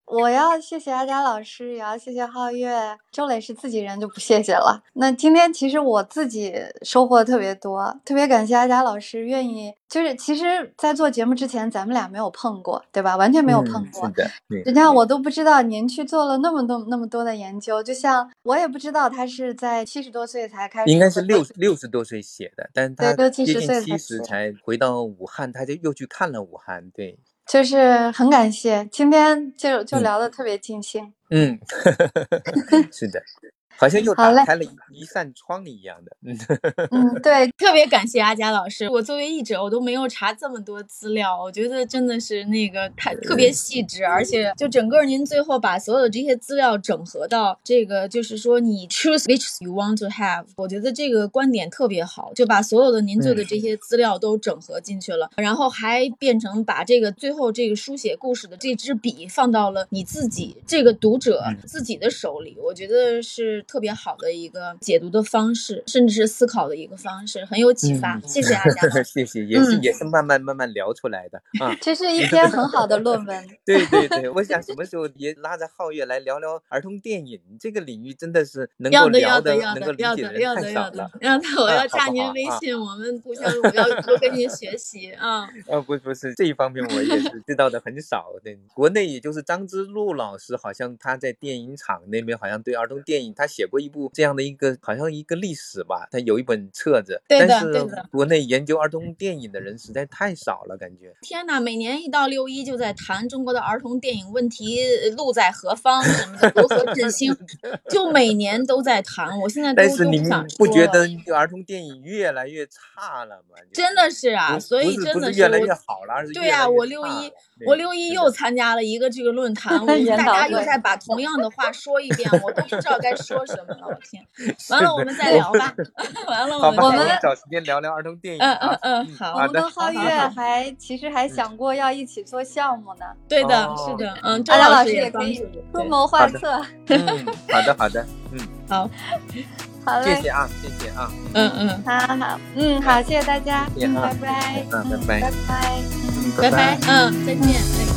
我要谢谢阿佳老师，也要谢谢皓月。周磊是自己人就不谢谢了。那今天其实我自己收获特别多，特别感谢阿佳老师愿意，就是其实在做节目之前咱们俩没有碰过，对吧？完全没有碰过。 是的， 人家我都不知道您去做了那么多的研究，就像我也不知道他是在70多岁才开始， 应该是60多岁写的，但是他对接近 60 70才回到武汉，他就又去看了武汉。对， 就是很感谢，今天就聊得特别尽兴。 是的，好像又打开了一扇窗一样的。 对， 特别感谢阿佳老师。我作为译者，我都没有查这么多资料，我觉得真的是那个特别细致，而且就整个您最后把所有的这些资料整合到这个，就是说你 choose which you want to have， 我觉得这个观点特别好，就把所有的您做的这些资料都整合进去了，然后还变成把这个最后这个书写故事的这支笔放到了你自己这个读者自己的手里，我觉得是特别好的一个解读的方式，甚至是思考的一个方式，很有启发。谢谢阿佳。 谢谢，也是慢慢聊出来的啊。 这是一篇很好的论文。 对，我想什么时候也拉着皓月来聊聊儿童电影这个领域，真的是能够聊的，能够理解的人太少了。 我要加您微信，我们互相我要多跟您学习啊。 不是这一方面我也是知道的很少。对，国内也就是张之路老师，好像他在电影厂那边好像对儿童电影他写过一部这样的一个好像一个历史吧，他有一本册子。但是国内研究儿童电影的人实在太少了，感觉。 天哪，每年一到6·1就在谈中国的儿童电影问题路在何方什么的，如何振兴，就每年都在谈。我现在但是您不觉得儿童电影越来越差了吗？ 真的是啊，所以真的是越来越好了，而是对啊，我6·1又参加了一个这个论坛，大家又在把同样的话说一遍，我都不知道该说什么了，我天！完了，我们再聊吧。完了，我们找时间聊聊儿童电影。 好。 我们跟皓月其实还想过要一起做项目呢。 对的，是的，周阿佳老师也可以出谋划策。 好的， 好嘞， 谢谢啊，谢谢啊。 好，谢谢大家，拜拜， 拜拜， 拜拜，再见。